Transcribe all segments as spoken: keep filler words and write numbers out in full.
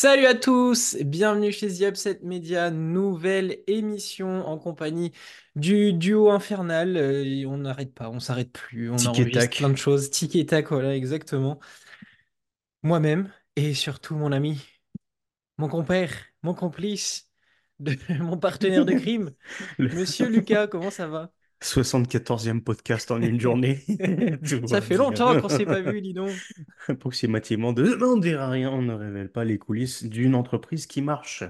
Salut à tous, bienvenue chez The Upset Media, nouvelle émission en compagnie du duo infernal. Euh, on n'arrête pas, on s'arrête plus, on Tic et enregistre plein de tac. choses. Tic et tac, voilà, exactement. Moi-même et surtout mon ami, mon compère, mon complice, de- mon partenaire de crime, Le Monsieur Lucas, comment ça va? soixante-quatorzième podcast en une journée. Tout Ça va fait bien. longtemps qu'on s'est pas vu, dis donc. Approximativement de... Non, on dira rien, on ne révèle pas les coulisses d'une entreprise qui marche.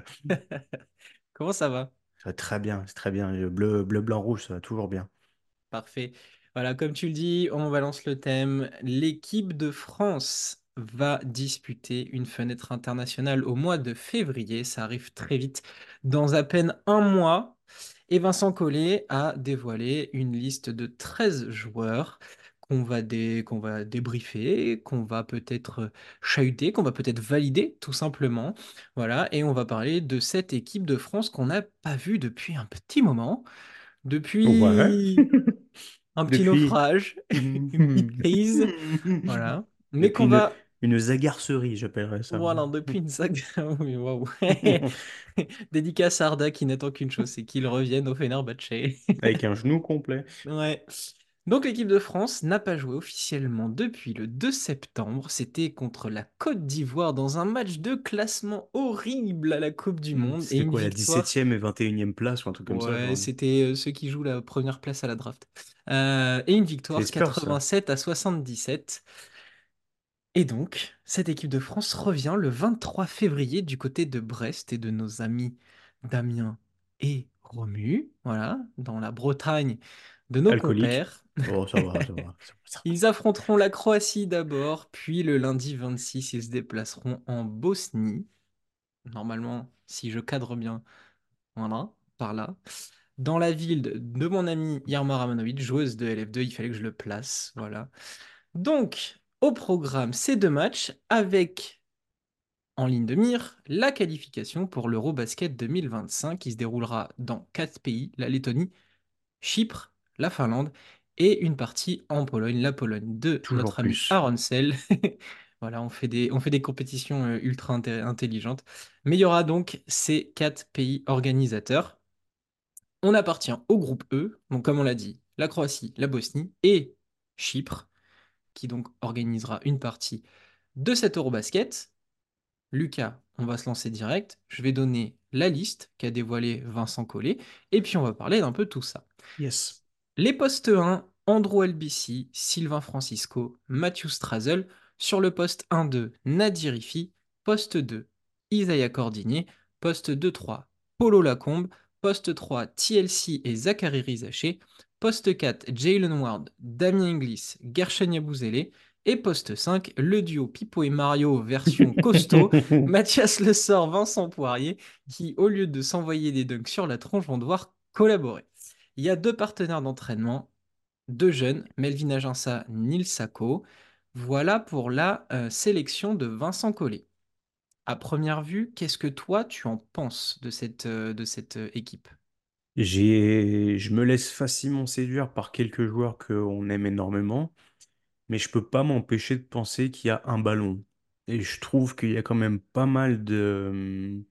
Comment ça va? Ça va très bien, c'est très bien. Le bleu, bleu, blanc, rouge, ça va toujours bien. Parfait. Voilà, comme tu le dis, on balance le thème. L'équipe de France va disputer une fenêtre internationale au mois de février. Ça arrive très vite, dans à peine un mois. Et Vincent Collet a dévoilé une liste de treize joueurs qu'on va, dé- qu'on va débriefer, qu'on va peut-être chahuter, qu'on va peut-être valider, tout simplement. Voilà, et on va parler de cette équipe de France qu'on n'a pas vue depuis un petit moment. Ouais. Depuis un petit Depuis... naufrage, une petite crise, voilà. Mais Depuis qu'on une, va, une zagarcerie, j'appellerais ça. voilà, depuis une saga. Oui, waouh. Dédicace à Arda qui n'attend qu'une chose, c'est qu'il revienne au Fenerbahçe. Avec un genou complet. Ouais. Donc l'équipe de France n'a pas joué officiellement depuis le deux septembre. C'était contre la Côte d'Ivoire dans un match de classement horrible à la Coupe du Hmm, Monde et C'était une quoi, la victoire. dix-septième et vingt et unième place ou un truc comme ça, Ouais, genre. c'était euh, ceux qui jouent la première place à la draft. Euh, et une C'est les victoire Spurs, ça. quatre-vingt-sept à soixante-dix-sept. Et donc, cette équipe de France revient le vingt-trois février du côté de Brest et de nos amis Damien et Romu, voilà, dans la Bretagne de nos Alcoolique. compères. Oh, ça va, ça va, ça va, ça va. Ils affronteront la Croatie d'abord, puis le lundi vingt-six, ils se déplaceront en Bosnie. Normalement, si je cadre bien, voilà, par là. Dans la ville de de mon ami Yarma Ramanovic, joueuse de L F deux, il fallait que je le place, voilà. Donc, au programme, ces deux matchs avec en ligne de mire la qualification pour l'Eurobasket deux mille vingt-cinq qui se déroulera dans quatre pays, la Lettonie, Chypre, la Finlande et une partie en Pologne, la Pologne de Toujours notre ami plus. Aronsel. Voilà, on fait des, on fait des compétitions euh, ultra inté- intelligentes. Mais il y aura donc ces quatre pays organisateurs. On appartient au groupe E, donc comme on l'a dit, la Croatie, la Bosnie et Chypre, qui donc organisera une partie de cet Eurobasket. Lucas, on va se lancer direct. Je vais donner la liste qu'a dévoilé Vincent Collet, et puis on va parler d'un peu tout ça. Yes. Les postes un, Andrew Elbissi, Sylvain Francisco, Matthew Strazel. Sur le poste un deux, Nadir Ifi. Poste deux, Isaiah Cordigné. Poste deux trois, Polo Lacombe. Poste trois, T L C et Zachary Rizaché. Poste quatre, Jalen Ward, Damien Inglis, Gershon Yabusele. Et poste cinq, le duo Pipo et Mario version costaud, Mathias Lessort, Vincent Poirier, qui, au lieu de s'envoyer des dunks sur la tronche, vont devoir collaborer. Il y a deux partenaires d'entraînement, deux jeunes, Melvin Aginsa, Nils Sako. Voilà pour la euh, sélection de Vincent Collet. À première vue, qu'est-ce que toi tu en penses de cette, euh, de cette euh, équipe? J'ai, je me laisse facilement séduire par quelques joueurs qu'on aime énormément, mais je peux pas m'empêcher de penser qu'il y a un ballon. Et je trouve qu'il y a quand même pas mal de,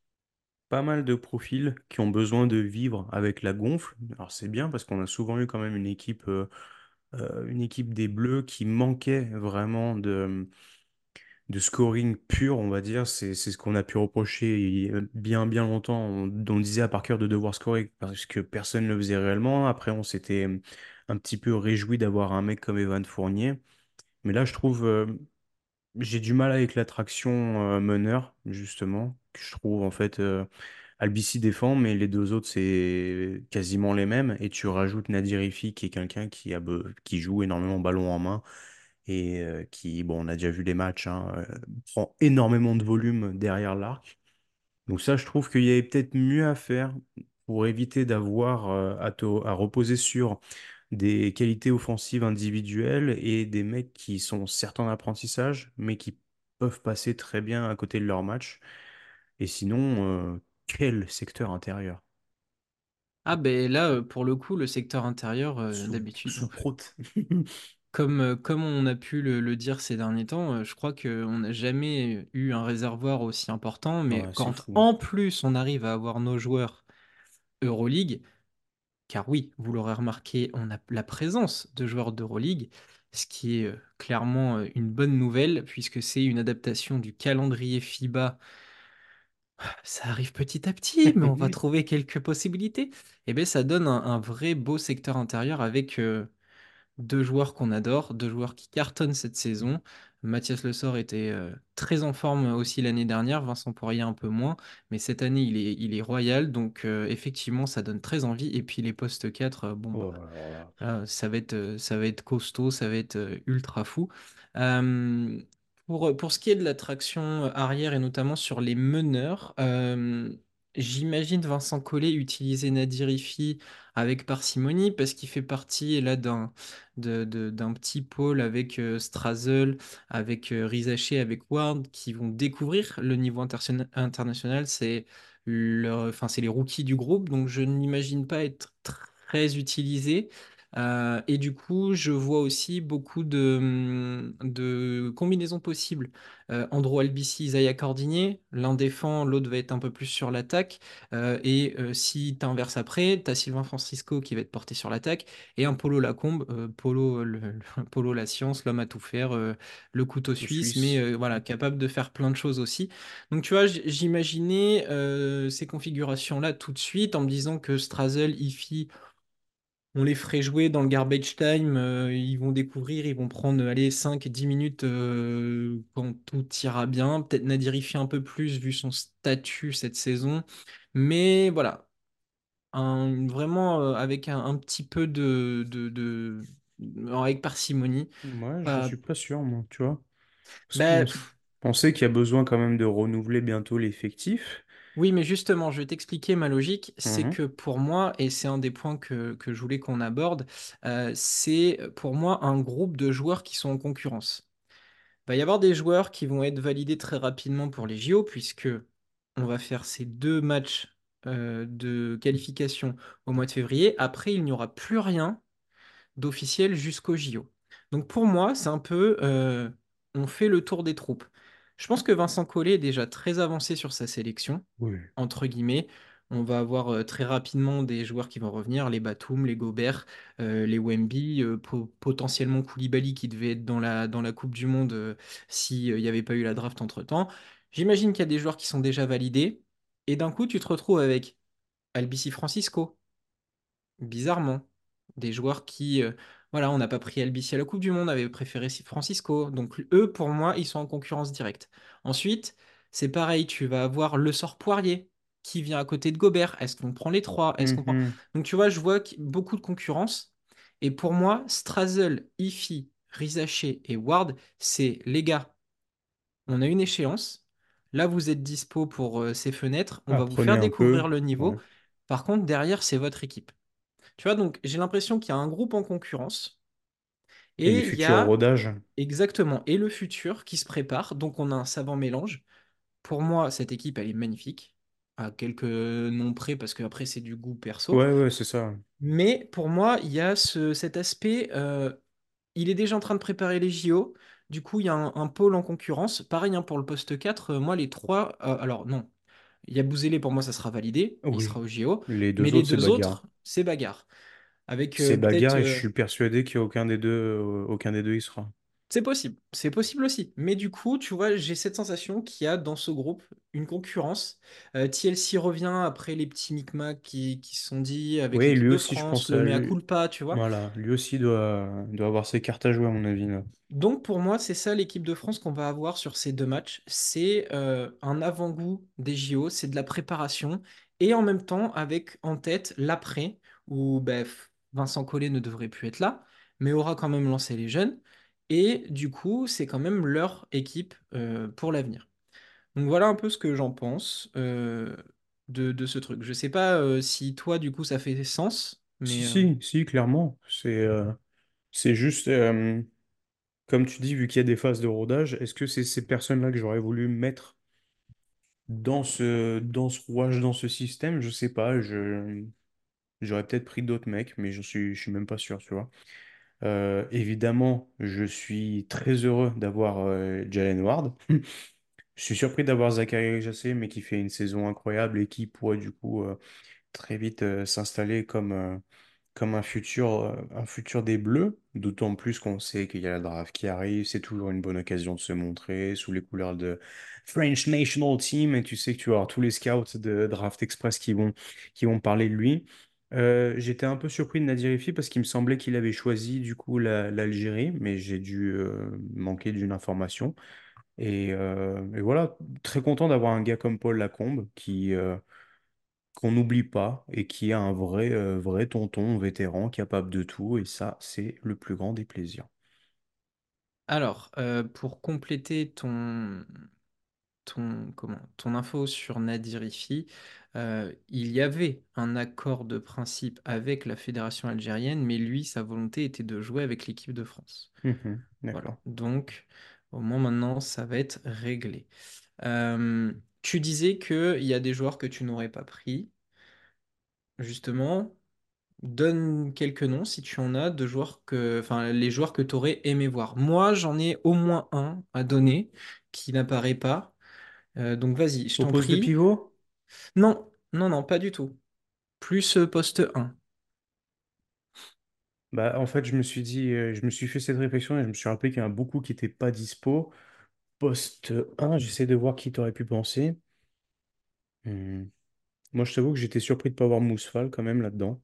pas mal de profils qui ont besoin de vivre avec la gonfle. Alors c'est bien parce qu'on a souvent eu quand même une équipe, euh, euh, une équipe des Bleus qui manquait vraiment de de scoring pur, on va dire. C'est, c'est ce qu'on a pu reprocher il y a bien, bien longtemps. On, on disait à par cœur de devoir scorer parce que personne ne le faisait réellement. Après, on s'était euh, un petit peu réjoui d'avoir un mec comme Evan Fournier. Mais là, je trouve, euh, j'ai du mal avec l'attraction euh, meneur, justement. Que je trouve, en fait, euh, Albici défend, mais les deux autres, c'est quasiment les mêmes. Et tu rajoutes Nadir Ifi, qui est quelqu'un qui a, be- qui joue énormément ballon en main et euh, qui, bon, on a déjà vu les matchs, hein, euh, prend énormément de volume derrière l'arc. Donc ça, je trouve qu'il y avait peut-être mieux à faire pour éviter d'avoir euh, à, te- à reposer sur des qualités offensives individuelles et des mecs qui sont certes en apprentissage, mais qui peuvent passer très bien à côté de leur match. Et sinon, euh, quel secteur intérieur? Ah ben là, euh, pour le coup, le secteur intérieur, euh, Sous, d'habitude, sous enfin, prote. comme, euh, comme on a pu le, le dire ces derniers temps, euh, je crois qu'on n'a jamais eu un réservoir aussi important, mais Ouais, c'est quand fou. en plus on arrive à avoir nos joueurs Euroleague, car oui, vous l'aurez remarqué, on a la présence de joueurs d'Euroleague, ce qui est euh, clairement euh, une bonne nouvelle, puisque c'est une adaptation du calendrier FIBA. Ça arrive petit à petit, mais on va trouver quelques possibilités. Et bien, ça donne un, un vrai beau secteur intérieur avec euh, deux joueurs qu'on adore, deux joueurs qui cartonnent cette saison. Mathias Le Sort était euh, très en forme aussi l'année dernière, Vincent Poirier un peu moins, mais cette année il est, il est royal, donc euh, effectivement ça donne très envie. Et puis les postes quatre, euh, bon Oh, bah alors là. là, ça va être, euh, ça va être costaud, ça va être euh, ultra fou. Euh, pour, pour ce qui est de la traction arrière et notamment sur les meneurs, euh, j'imagine Vincent Collet utiliser Nadir Hifzi avec parcimonie parce qu'il fait partie là d'un de- de- d'un petit pôle avec euh, Strazel, avec euh, Rizaché, avec Ward qui vont découvrir le niveau interna- international. C'est leur, enfin, c'est les rookies du groupe, donc je n'imagine pas être très utilisé. Euh, et du coup, je vois aussi beaucoup de, hum, de combinaisons possibles. Euh, Andro Albici, Isaiah Cordigné, l'un défend, l'autre va être un peu plus sur l'attaque. Euh, et euh, si tu inverses après, tu as Sylvain Francisco qui va être porté sur l'attaque et un Polo Lacombe, euh, Polo, le, le- Polo la science, l'homme à tout faire, euh, le couteau Au suisse, mais Suisse. euh, voilà, capable de faire plein de choses aussi. Donc tu vois, j- j'imaginais euh, ces configurations-là tout de suite en me disant que Strazel, Ifi, on les ferait jouer dans le garbage time, euh, ils vont découvrir, ils vont prendre allez, cinq dix minutes euh, quand tout ira bien. Peut-être Nadirifi un peu plus vu son statut cette saison. Mais voilà, un- vraiment euh, avec un, un petit peu de, de, de- avec parcimonie. Moi, je Pas... suis pas sûr, moi, tu vois. Parce qu'on Ben, s- pff, on sait qu'il y a besoin quand même de renouveler bientôt l'effectif. oui, mais justement, je vais t'expliquer ma logique. C'est Mhm. que pour moi, et c'est un des points que, que je voulais qu'on aborde, euh, c'est pour moi un groupe de joueurs qui sont en concurrence. Il va y avoir des joueurs qui vont être validés très rapidement pour les J O, puisque on va faire ces deux matchs euh, de qualification au mois de février. Après, il n'y aura plus rien d'officiel jusqu'au J O. Donc pour moi, c'est un peu, euh, on fait le tour des troupes. Je pense que Vincent Collet est déjà très avancé sur sa sélection, Oui. entre guillemets. On va avoir euh, très rapidement des joueurs qui vont revenir, les Batum, les Gobert, euh, les Wemby, euh, po- potentiellement Koulibaly qui devait être dans la, dans la Coupe du Monde euh, s'il n'y avait pas eu la draft entre-temps. J'imagine qu'il y a des joueurs qui sont déjà validés. Et d'un coup, tu te retrouves avec Albici Francisco, bizarrement. Des joueurs qui, euh, voilà, on n'a pas pris Albici à la Coupe du Monde, on avait préféré Francisco. Donc eux, pour moi, ils sont en concurrence directe. Ensuite, c'est pareil, tu vas avoir Le Sort Poirier qui vient à côté de Gobert. Est-ce qu'on prend les trois? Est-ce qu'on prend... Mhm. Donc tu vois, je vois qu'il y a beaucoup de concurrence. Et pour moi, Strazel, Ifi, Rizaché et Ward, c'est les gars, on a une échéance. Là, vous êtes dispo pour euh, ces fenêtres. On va vous Apprenez faire un peu. découvrir le Ouais. niveau. Par contre, derrière, c'est votre équipe. Tu vois, donc j'ai l'impression qu'il y a un groupe en concurrence Et les et il y futurs a rodages. exactement et le futur qui se prépare. Donc on a un savant mélange. Pour moi, cette équipe, elle est magnifique, à quelques noms près, parce qu'après, c'est du goût perso. Ouais, ouais, c'est ça. Mais pour moi, il y a ce- cet aspect, euh, il est déjà en train de préparer les J O. Du coup, il y a un, un pôle en concurrence. Pareil hein, pour le poste quatre. euh, moi, les trois, euh, alors non, il y a Bouzélé, pour moi, ça sera validé. Il Oui. sera au J O. Les Mais deux les autres, c'est deux bagarre. autres, c'est bagarre. Avec C'est euh, peut-être. bagarre et je euh, suis persuadé qu'il n'y a aucun des deux, euh, aucun des deux y sera. C'est possible, c'est possible aussi. Mais du coup, tu vois, j'ai cette sensation qu'il y a dans ce groupe une concurrence. Euh, T L C revient après les petits micmacs qui, qui se sont dit avec Oui, l'équipe lui de aussi, je France, pense le à mea lui. culpa, tu vois. Voilà, lui aussi doit, doit avoir ses cartes à jouer, à mon avis, là. Donc pour moi, c'est ça l'équipe de France qu'on va avoir sur ces deux matchs. C'est euh, un avant-goût des J O, c'est de la préparation et en même temps avec en tête l'après où ben, Vincent Collet ne devrait plus être là, mais aura quand même lancé les jeunes. Et du coup, c'est quand même leur équipe euh, pour l'avenir. Donc voilà un peu ce que j'en pense euh, de, de ce truc. Je sais pas euh, si toi, du coup, ça fait sens, Si, mais euh, si, si, clairement. C'est euh, c'est juste, euh, comme tu dis, vu qu'il y a des phases de rodage, est-ce que c'est ces personnes-là que j'aurais voulu mettre dans ce, dans ce rouage, dans ce système? Je sais pas, je, j'aurais peut-être pris d'autres mecs, mais je suis, je suis même pas sûr, tu vois. Euh, évidemment, je suis très heureux d'avoir euh, Jalen Ward. Je suis surpris d'avoir Zachary Jassé, mais qui fait une saison incroyable et qui pourrait du coup euh, très vite euh, s'installer comme, euh, comme un futur, euh, un futur des Bleus, d'autant plus qu'on sait qu'il y a la draft qui arrive, c'est toujours une bonne occasion de se montrer sous les couleurs de French National Team, et tu sais que tu vas avoir tous les scouts de Draft Express qui vont, qui vont parler de lui. Euh, j'étais un peu surpris de Nadir Hifzi parce qu'il me semblait qu'il avait choisi du coup la- l'Algérie, mais j'ai dû euh, manquer d'une information. Et, euh, et voilà, très content d'avoir un gars comme Paul Lacombe qui, euh, qu'on n'oublie pas et qui est un vrai, euh, vrai tonton vétéran capable de tout. Et ça, c'est le plus grand des plaisirs. Alors, euh, pour compléter ton, ton, comment, ton info sur Nadirifi, euh, il y avait un accord de principe avec la fédération algérienne, mais lui, sa volonté était de jouer avec l'équipe de France. Mhm, Voilà. d'accord. Donc, au moins maintenant, ça va être réglé. Euh, Tu disais qu'il y a des joueurs que tu n'aurais pas pris. Justement, donne quelques noms si tu en as de joueurs que, enfin, les joueurs que tu aurais aimé voir. Moi, j'en ai au moins un à donner qui n'apparaît pas. Euh, donc vas-y, je Au t'en poste de prie. pivot, Non, non, non, pas du tout. Plus euh, poste un. bah, en fait, je me suis dit, euh, je me suis fait cette réflexion et je me suis rappelé qu'il y en a beaucoup qui n'étaient pas dispo. Poste un, j'essaie de voir qui t'aurais pu penser. Hmm. Moi, je t'avoue que j'étais surpris de ne pas avoir Mousfal quand même là-dedans.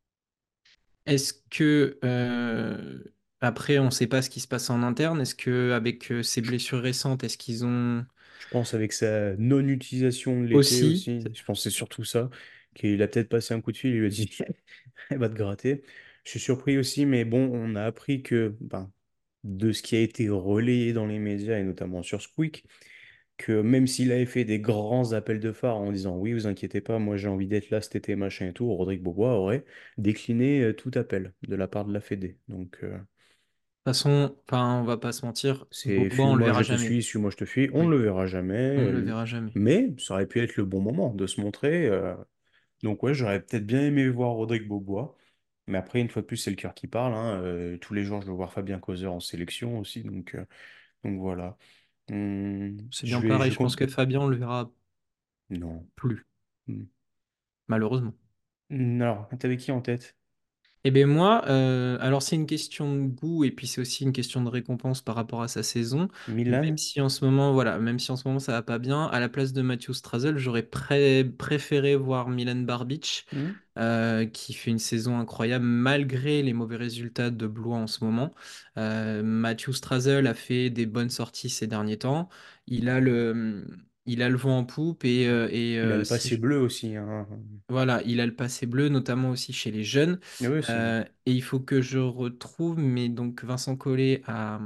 Est-ce que euh, après, on ne sait pas ce qui se passe en interne. Est-ce que avec euh, ces blessures récentes, est-ce qu'ils ont Je pense avec sa non-utilisation de l'été aussi, aussi, je pense que c'est surtout ça, qu'il a peut-être passé un coup de fil, il lui a dit, elle va te gratter. Je suis surpris aussi, mais bon, on a appris que, ben, de ce qui a été relayé dans les médias et notamment sur Squeak, que même s'il avait fait des grands appels de phare en disant oui, vous inquiétez pas, moi j'ai envie d'être là cet été, machin et tout, Rodrigue Bobois aurait décliné euh, tout appel de la part de la Fédé. Donc, euh, de toute façon, enfin, on va pas se mentir, c'est Boba, on le fuis-moi, verra je te suis. suis, suis-moi, je te fuis. On ne Oui, le verra jamais. on ne le euh, verra jamais. Mais ça aurait pu être le bon moment de se montrer. euh. Donc ouais, j'aurais peut-être bien aimé voir Rodrigue Beaubois. Mais après, une fois de plus, c'est le cœur qui parle, hein. Euh, tous les jours, je veux voir Fabien Causeur en sélection aussi. Donc, euh, donc voilà. Hum, C'est je bien vais, je pareil. vais Je pense comp- que Fabien, on le verra Non. plus, Hum. malheureusement. Hum, Alors, t'avais qui en tête? Eh bien moi, euh, alors c'est une question de goût et puis c'est aussi une question de récompense par rapport à sa saison. Même Milan? si en ce moment, voilà, même si en ce moment ça va pas bien, à la place de Matthew Strasel, j'aurais pré- préféré voir Milan Barbic, Hum. euh, qui fait une saison incroyable malgré les mauvais résultats de Blois en ce moment. Euh, Matthew Strasel a fait des bonnes sorties ces derniers temps. Il a le, il a le vent en poupe et, euh, et Il a euh, le si passé je- bleu aussi, hein. voilà, il a le passé bleu, notamment aussi chez les jeunes. Oui, c'est... Euh, et il faut que je retrouve, mais donc Vincent Collet a,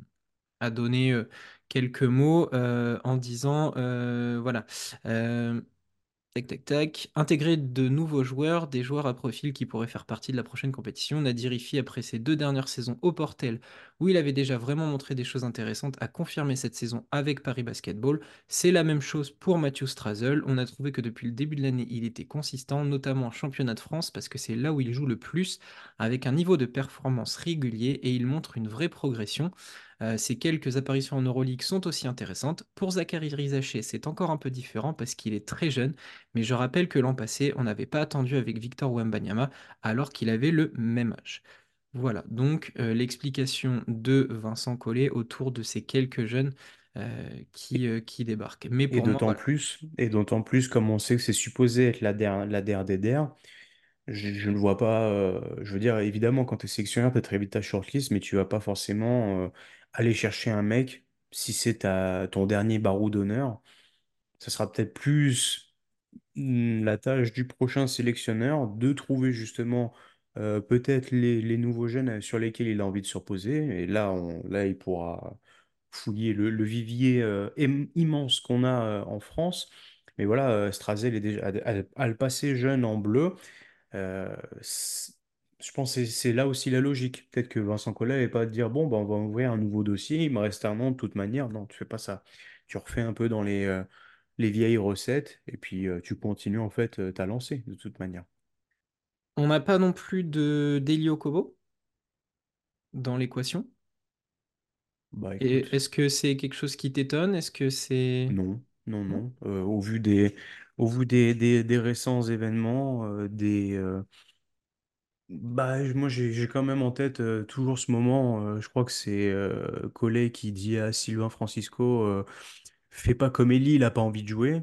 a donné euh, quelques mots euh, en disant, euh, voilà, euh, tac, tac, tac. Intégrer de nouveaux joueurs, des joueurs à profil qui pourraient faire partie de la prochaine compétition. Nadir Hifzi, après ses deux dernières saisons au Portel, où il avait déjà vraiment montré des choses intéressantes, a confirmé cette saison avec Paris Basketball. C'est la même chose pour Mathieu Strasel. On a trouvé que depuis le début de l'année, il était consistant, notamment en championnat de France, parce que c'est là où il joue le plus, avec un niveau de performance régulier, et il montre une vraie progression. Euh, ses quelques apparitions en Euroleague sont aussi intéressantes. Pour Zachary Rizaché, c'est encore un peu différent parce qu'il est très jeune, mais je rappelle que l'an passé, on n'avait pas attendu avec Victor Wembanyama alors qu'il avait le même âge. Voilà, donc euh, l'explication de Vincent Collet autour de ces quelques jeunes euh, qui, euh, qui débarquent. Mais Et pour moi, d'autant voilà, plus, et d'autant plus, comme on sait que c'est supposé être la der, la der des der, je, je ne vois pas. Euh, je veux dire, évidemment, quand tu es sélectionneur, tu as très vite ta shortlist, mais tu vas pas forcément euh, aller chercher un mec si c'est ta, ton dernier barreau d'honneur. Ça sera peut-être plus hum, la tâche du prochain sélectionneur de trouver justement euh, peut-être les, les nouveaux jeunes sur lesquels il a envie de se reposer. Et là, on, là il pourra fouiller le, le vivier euh, im- immense qu'on a euh, en France. Mais voilà, euh, Strazel est déjà, a, a- a le passé jeune en bleu. Euh, c'est- je pense que c'est c'est là aussi la logique. Peut-être que Vincent Collet n'allait pas te dire, bon, ben, on va ouvrir un nouveau dossier, il me reste un an de toute manière. Non, tu fais pas ça. Tu refais un peu dans les, euh, les vieilles recettes et puis euh, tu continues en fait euh, ta lancée de toute manière. on n'a pas non plus de d'Elio Kobo. dans l'équation? Bah Et écoute, est-ce que c'est quelque chose qui t'étonne? Est-ce que c'est... non, non, Non. non. Euh, au vu des, au vu des, des, des récents événements, euh, des, euh, bah, moi j'ai j'ai quand même en tête euh, toujours ce moment. Euh, je crois que c'est euh, Collet qui dit à Sylvain Francisco, euh, fais pas comme Ellie, il a pas envie de jouer.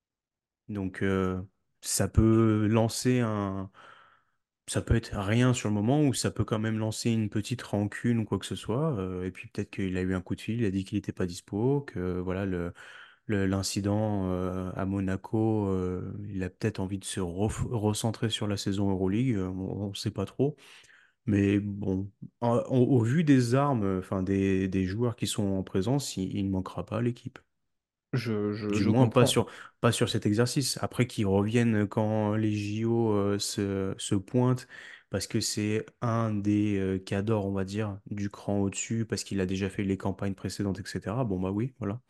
Donc euh, ça peut lancer un, ça peut être rien sur le moment ou ça peut quand même lancer une petite rancune ou quoi que ce soit. Euh, et puis peut-être qu'il a eu un coup de fil, il a dit qu'il n'était pas dispo, que voilà le le- l'incident euh, à Monaco, euh, il a peut-être envie de se ref- recentrer sur la saison Euroleague, euh, on ne sait pas trop. Mais bon, en- en- au vu des armes, enfin des, des joueurs qui sont en présence, il, il ne manquera pas à l'équipe. Je, je, Du je moins pas comprends. sur, pas sur cet exercice. Après qu'ils reviennent quand les J O euh, se, se pointent, parce que c'est un des euh, cadors, on va dire, du cran au-dessus, parce qu'il a déjà fait les campagnes précédentes, et cetera. Bon bah oui, voilà.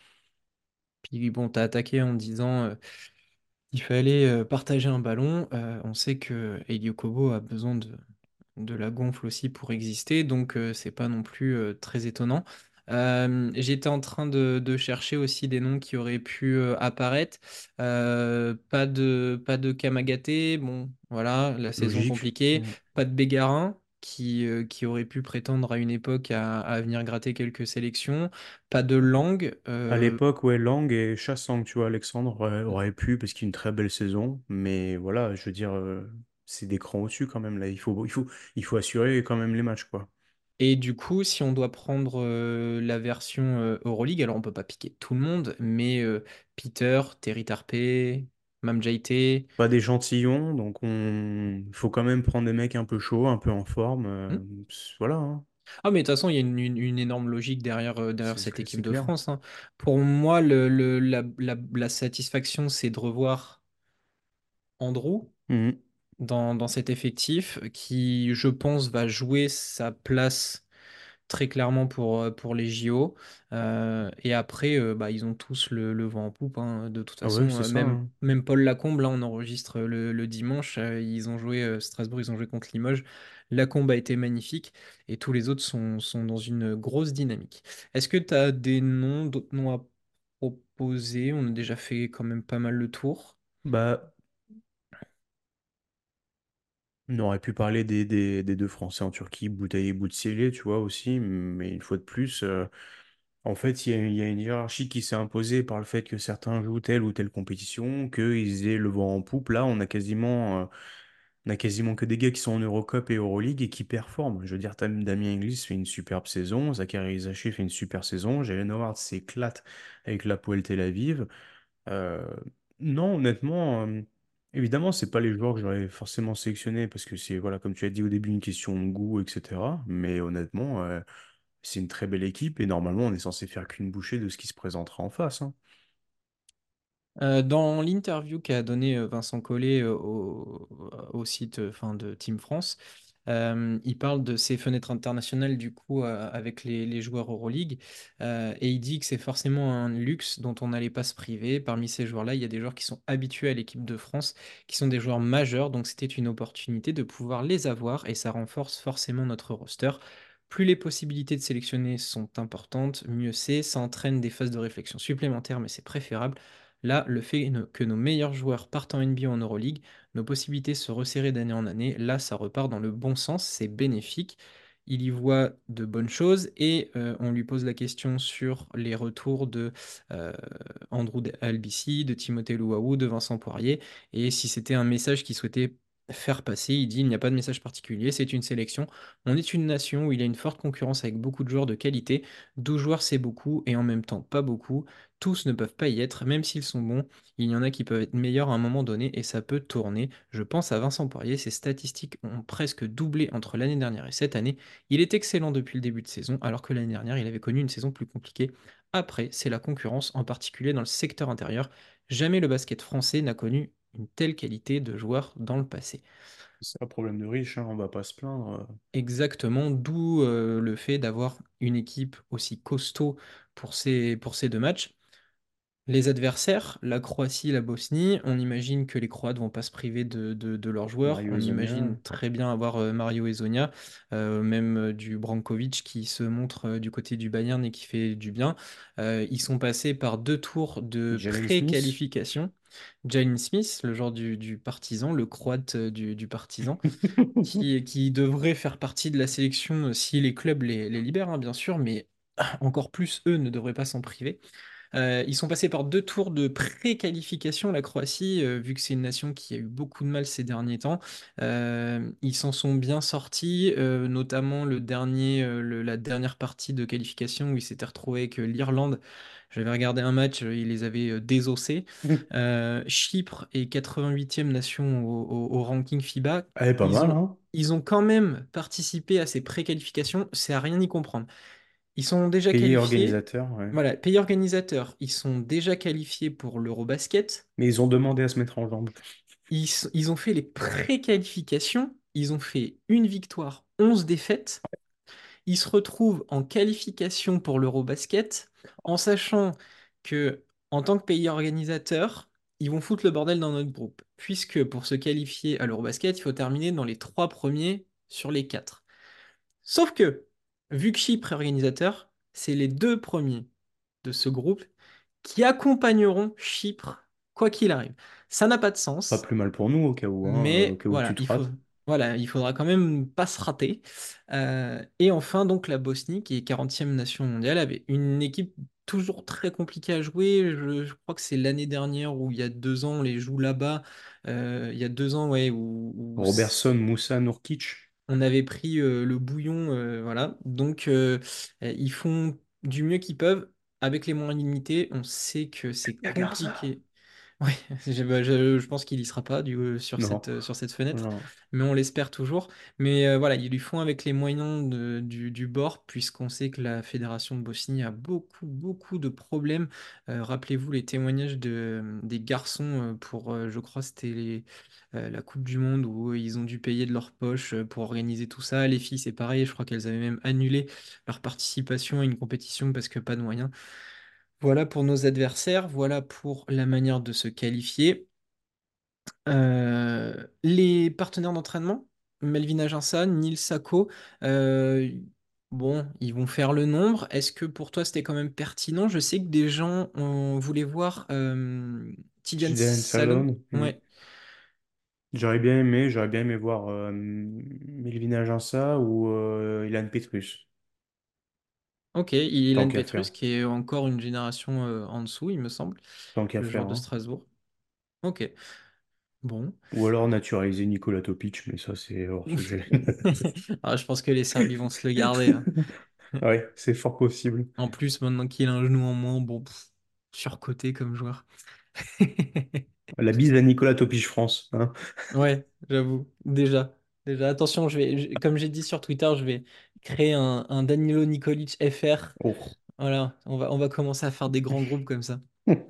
Puis bon, t'as attaqué en disant euh, qu'il fallait euh, partager un ballon. Euh, on sait que Elio Kobo a besoin de, de la gonfle aussi pour exister, donc euh, c'est pas non plus euh, très étonnant. Euh, j'étais en train de, de chercher aussi des noms qui auraient pu euh, apparaître. Euh, pas de, pas de Kamagaté, bon, voilà, la saison Logique. compliquée. Mm. Pas de Bégarin, qui, euh, qui aurait pu prétendre à une époque à, à venir gratter quelques sélections. Pas de Lang. À euh, l'époque, ouais, Lang et Chassang, tu vois, Alexandre aurait, aurait pu, parce qu'il a une très belle saison. Mais voilà, je veux dire, euh, c'est des crans au-dessus quand même, là. Il faut, il faut, il faut assurer quand même les matchs, quoi. Et du coup, si on doit prendre euh, la version euh, Euroleague, alors on peut pas piquer tout le monde, mais euh, Peter, Terry Tarpey, Mam Jaite. Pas des gentillons, donc on il faut quand même prendre des mecs un peu chauds, un peu en forme. euh, Hmm. voilà, hein. Ah, mais de toute façon, il y a une, une- une énorme logique derrière, euh, derrière C'est cette c'est équipe de clair. France, hein. Pour moi, le, le- la, la- la satisfaction, c'est de revoir Andrew Mhm. dans, dans cet effectif qui, je pense, va jouer sa place très clairement pour, euh, pour les J O. Euh, et après, euh, bah, ils ont tous le, le vent en poupe, hein. De toute Ah ouais, façon, c'est euh, ça, même, hein. même Paul Lacombe, là, on enregistre le, le dimanche. Euh, ils ont joué euh, Strasbourg, ils ont joué contre Limoges. Lacombe a été magnifique et tous les autres sont, sont dans une grosse dynamique. Est-ce que tu as des noms, d'autres noms à proposer? On a déjà fait quand même pas mal le tour. Bah, on aurait pu parler des, des, des deux Français en Turquie, Boutaï et Boutsielé, tu vois, aussi, mais une fois de plus, euh, en fait, il y a, il y a une hiérarchie qui s'est imposée par le fait que certains jouent telle ou telle compétition, qu'ils aient le vent en poupe. Là, on a quasiment, euh, on a quasiment que des gars qui sont en Eurocup et Euroleague et qui performent. Je veux dire, Tam- Damien Inglis fait une superbe saison, Zachary Zaché fait une super saison, Jalen Howard s'éclate avec la l'Hapoel Tel Aviv. Euh, non, honnêtement, euh, évidemment, c'est pas les joueurs que j'aurais forcément sélectionnés parce que c'est, voilà, comme tu as dit au début, une question de goût, et cetera. Mais honnêtement, euh, c'est une très belle équipe et normalement, on est censé faire qu'une bouchée de ce qui se présentera en face, hein. Euh, dans l'interview qu'a donné euh, Vincent Collet euh, au, au site euh, enfin, de Team France, euh, il parle de ces fenêtres internationales du coup euh, avec les, les joueurs Euroleague euh, et il dit que c'est forcément un luxe dont on n'allait pas se priver. Parmi ces joueurs-là, il y a des joueurs qui sont habitués à l'équipe de France, qui sont des joueurs majeurs, donc c'était une opportunité de pouvoir les avoir et ça renforce forcément notre roster. Plus les possibilités de sélectionner sont importantes, mieux c'est. Ça entraîne des phases de réflexion supplémentaires, mais c'est préférable. Là, le fait no- que nos meilleurs joueurs partent en N B A ou en Euroleague, nos possibilités se resserrer d'année en année, là, ça repart dans le bon sens, c'est bénéfique. Il y voit de bonnes choses et euh, on lui pose la question sur les retours de euh, Andrew Albissi, de Timothée Luwawu, de Vincent Poirier et si c'était un message qu'il souhaitait faire passer. Il dit il n'y a pas de message particulier, c'est une sélection. On est une nation où il y a une forte concurrence avec beaucoup de joueurs de qualité. douze joueurs, c'est beaucoup et en même temps pas beaucoup. Tous ne peuvent pas y être, même s'ils sont bons. Il y en a qui peuvent être meilleurs à un moment donné et ça peut tourner. Je pense à Vincent Poirier, ses statistiques ont presque doublé entre l'année dernière et cette année. Il est excellent depuis le début de saison, alors que l'année dernière, il avait connu une saison plus compliquée. Après, c'est la concurrence, en particulier dans le secteur intérieur. Jamais le basket français n'a connu une telle qualité de joueurs dans le passé. C'est un problème de riche, hein, on va pas se plaindre. euh. Exactement, d'où euh, le fait d'avoir une équipe aussi costaud pour ces, pour ces deux matchs. Les adversaires, la Croatie, la Bosnie, on imagine que les Croates vont pas se priver de, de- de leurs joueurs. Mario On Hezonja. imagine très bien avoir euh, Mario Hezonja, euh, même euh, du Brankovic qui se montre euh, du côté du Bayern et qui fait du bien. Euh, ils sont passés par deux tours de Jalen Smith. pré-qualification. Jalen Smith, le genre du, du Partizan, le Croate euh, du, du Partizan, qui, qui devrait faire partie de la sélection euh, si les clubs les, les libèrent, hein, bien sûr, mais encore plus eux ne devraient pas s'en priver. Euh, ils sont passés par deux tours de pré-qualification, la Croatie, euh, vu que c'est une nation qui a eu beaucoup de mal ces derniers temps. Euh, ils s'en sont bien sortis, euh, notamment le dernier, euh, le- la dernière partie de qualification où ils s'étaient retrouvés avec euh, l'Irlande. J'avais regardé un match, euh, ils les avaient euh, désossés. Euh, Chypre est quatre-vingt-huitième nation au, au- au ranking FIBA. Elle est pas Ils mal, ont, hein. ils ont quand même participé à ces pré-qualifications, c'est à rien y comprendre. Ils sont déjà Pays qualifiés. organisateur, ouais. Voilà, pays organisateurs, ils sont déjà qualifiés pour l'Eurobasket. Mais ils ont demandé à se mettre en jambes. Ils, s- ils ont fait les pré-qualifications. Ils ont fait une victoire, onze défaites. Ils se retrouvent en qualification pour l'Eurobasket, en sachant que, en tant que pays organisateur, ils vont foutre le bordel dans notre groupe. Puisque pour se qualifier à l'Eurobasket, il faut terminer dans les trois premiers sur les quatre. Sauf que, vu que Chypre est organisateur, c'est les deux premiers de ce groupe qui accompagneront Chypre quoi qu'il arrive. Ça n'a pas de Pas sens, plus mal pour nous au cas où, hein, euh, au mais cas où tu voilà, te il faut, rates. voilà, il faudra quand même pas se rater. Euh, et enfin, donc la Bosnie, qui est quarantième nation mondiale, avait une équipe toujours très compliquée à jouer. Je, je crois que c'est l'année dernière ou il y a deux ans, on les joue là-bas. Euh, il y a deux ans, ouais, où, où Robertson, Moussa, Nurkic. on avait pris euh, le bouillon, euh, voilà. Donc, euh, euh, ils font du mieux qu'ils peuvent avec les moyens limités. On sait que c'est Garza. compliqué. Ouais, je, bah, je- je pense qu'il y sera pas du, euh, sur Non, cette, euh, sur cette fenêtre, non. mais on l'espère toujours. Mais euh, voilà, ils lui font avec les moyens de- du, du bord, puisqu'on sait que la fédération de Bosnie a beaucoup, beaucoup de problèmes. Euh, rappelez-vous les témoignages de, des garçons euh, pour, euh, je crois, c'était les- euh, la Coupe du Monde où ils ont dû payer de leur poche euh, pour organiser tout ça. Les filles, c'est pareil, je crois qu'elles avaient même annulé leur participation à une compétition parce que pas de moyens. Voilà pour nos adversaires, voilà pour la manière de se qualifier. Euh, les partenaires d'entraînement, Melvin Aginsa, Neil Sacco, euh, bon, ils vont faire le nombre. Est-ce que pour toi c'était quand même pertinent? Je sais que des gens on voulait voir euh, Tidjane Jalen Salon. Salon. Hmm. Ouais, J'aurais bien aimé, j'aurais bien aimé voir euh, Melvin Aginsa ou euh, Ilan Petrus, ok. tant Ilan qu'à Petrus faire. qui est encore une génération euh, en dessous, il me semble, Tant qu'à le faire, joueur de hein. Strasbourg. Ok, bon. Ou alors naturaliser Nikola Topic, mais ça c'est hors sujet. Ah, je pense que les Serbes ils vont se le garder, hein. Ouais, c'est fort possible. En plus, maintenant qu'il a un genou en moins, bon, pff, surcoté comme joueur. La bise à Nicolas Topic France, hein. Ouais, j'avoue. Déjà. Déjà. Attention, je vais, je- comme j'ai dit sur Twitter, je vais créer un, un Danilo Nikolic F R. Oh. Voilà, on va, on va commencer à faire des grands groupes comme ça.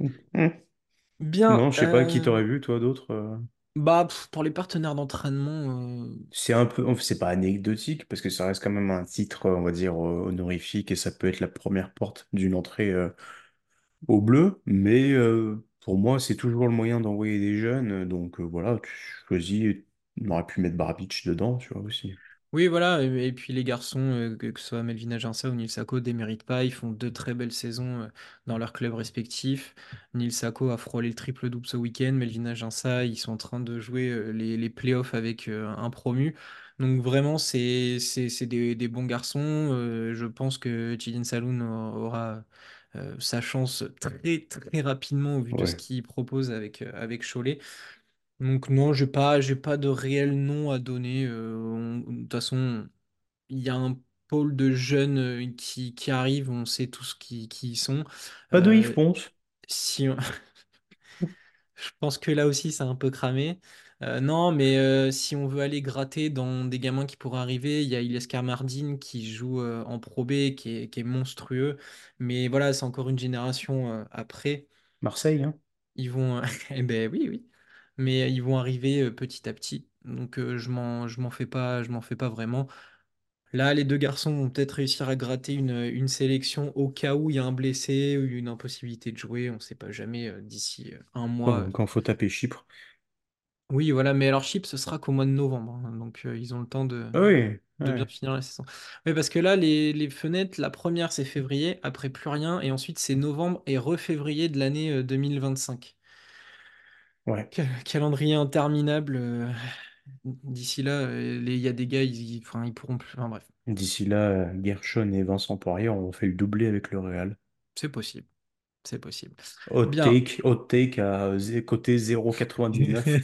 Bien. Non, je sais pas qui euh, t'aurais vu, toi, d'autres. euh. bah, pff, pour les partenaires d'entraînement, euh, C'est un peu, c'est pas anecdotique parce que ça reste quand même un titre, on va dire, euh, honorifique et ça peut être la première porte d'une entrée euh, au bleu. Mais euh, pour moi, c'est toujours le moyen d'envoyer des jeunes. Donc euh, voilà, tu choisis. On aurait pu mettre Barabic dedans, tu vois aussi. oui, voilà, et, et puis les garçons, euh, que, que ce soit Melvin Aginsa ou Nil Sako, déméritent pas, ils font deux très belles saisons euh, dans leurs clubs respectifs. Nil Sako a frôlé le triple-double ce week-end, Melvin Aginsa, ils sont en train de jouer euh, les, les playoffs avec euh, un promu. Donc vraiment, c'est c'est, c'est des, des bons garçons. Euh, je pense que Jidin Saloun aura euh, sa chance très très rapidement au vu de ce Ouais. qu'il propose avec, euh, avec Cholet. Donc non, j'ai pas, j'ai pas de réel nom à donner. Euh, on- de toute façon, il y a un pôle de jeunes euh, qui, qui arrivent, on sait tous qui, qui y sont. Pas de Yves Euh, Ponce. si on- Je pense que là aussi, c'est un peu cramé. Euh, non, mais euh, si on veut aller gratter dans des gamins qui pourraient arriver, il y a Ilyes Mardin qui joue euh, en Pro B, qui est, qui est monstrueux. Mais voilà, c'est encore une génération euh, après. Marseille, hein. Ils vont, eh ben oui, oui, mais ils vont arriver euh, petit à petit. Donc euh, je m'en, je m'en fais pas, je m'en fais pas vraiment. Là, les deux garçons vont peut-être réussir à gratter une, une sélection au cas où il y a un blessé ou une impossibilité de jouer. On ne sait pas jamais euh, d'ici euh, un mois. Quand, euh. quand faut taper Chypre. Oui, voilà, mais alors chip, ce sera qu'au mois de novembre, hein. Donc euh, ils ont le temps de, Ah oui, de bien ouais, finir la saison. Oui, parce que là, les, les fenêtres, la première c'est février, après plus rien, et ensuite c'est novembre et re-février de l'année euh, deux mille vingt-cinq. ouais. Quel- calendrier interminable. euh, D'ici là, euh, les- il y a des gars, ils, ils- enfin, ils pourront plus. Enfin, bref, D'ici là, euh, Gershon et Vincent Poirier ont fait le doublé avec le Real. c'est possible. C'est possible. Hot Bien. take, hot take à zé- côté zéro virgule quatre-vingt-dix-neuf.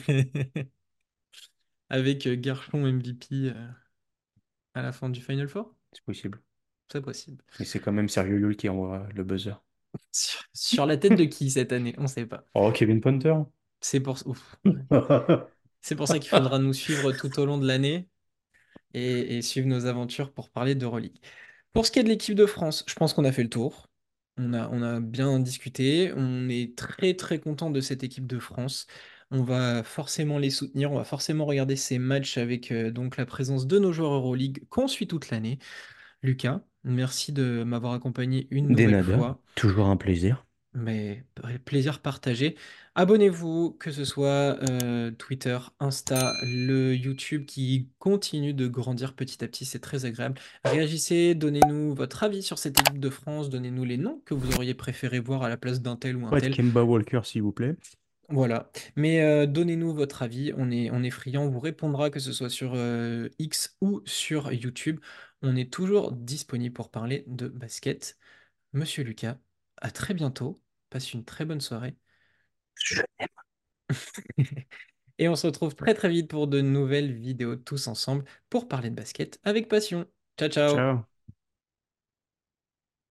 Avec euh, Garchon M V P euh, à la fin du Final Four? C'est possible. C'est possible. Mais c'est quand même Sergio Llull qui envoie le buzzer. Sur, sur la tête de qui cette année? On ne sait pas. Oh, Kevin Punter. C'est pour, ouf, ouais. C'est pour ça qu'il faudra nous suivre tout au long de l'année et, et suivre nos aventures pour parler d'Euroleague. Pour ce qui est de l'équipe de France, je pense qu'on a fait le tour. On a, on a bien discuté. On est très très content de cette équipe de France. On va forcément les soutenir. On va forcément regarder ces matchs avec euh, donc la présence de nos joueurs Euroleague qu'on suit toute l'année. Lucas, merci de m'avoir accompagné une nouvelle Denada, fois. toujours un plaisir. Mais plaisir partagé. Abonnez-vous, que ce soit euh, Twitter, Insta, le YouTube qui continue de grandir petit à petit, c'est très agréable. Réagissez, donnez-nous votre avis sur cette équipe de France, donnez-nous les noms que vous auriez préféré voir à la place d'un tel ou un Pas de tel. Kemba Walker, s'il vous plaît. Voilà. Mais euh, donnez-nous votre avis, on est, on est friand, on vous répondra que ce soit sur euh, X ou sur YouTube. On est toujours disponible pour parler de basket. Monsieur Lucas, à très bientôt. Passe une très bonne soirée. Et on se retrouve très très vite pour de nouvelles vidéos tous ensemble pour parler de basket avec passion. Ciao ciao! Ciao.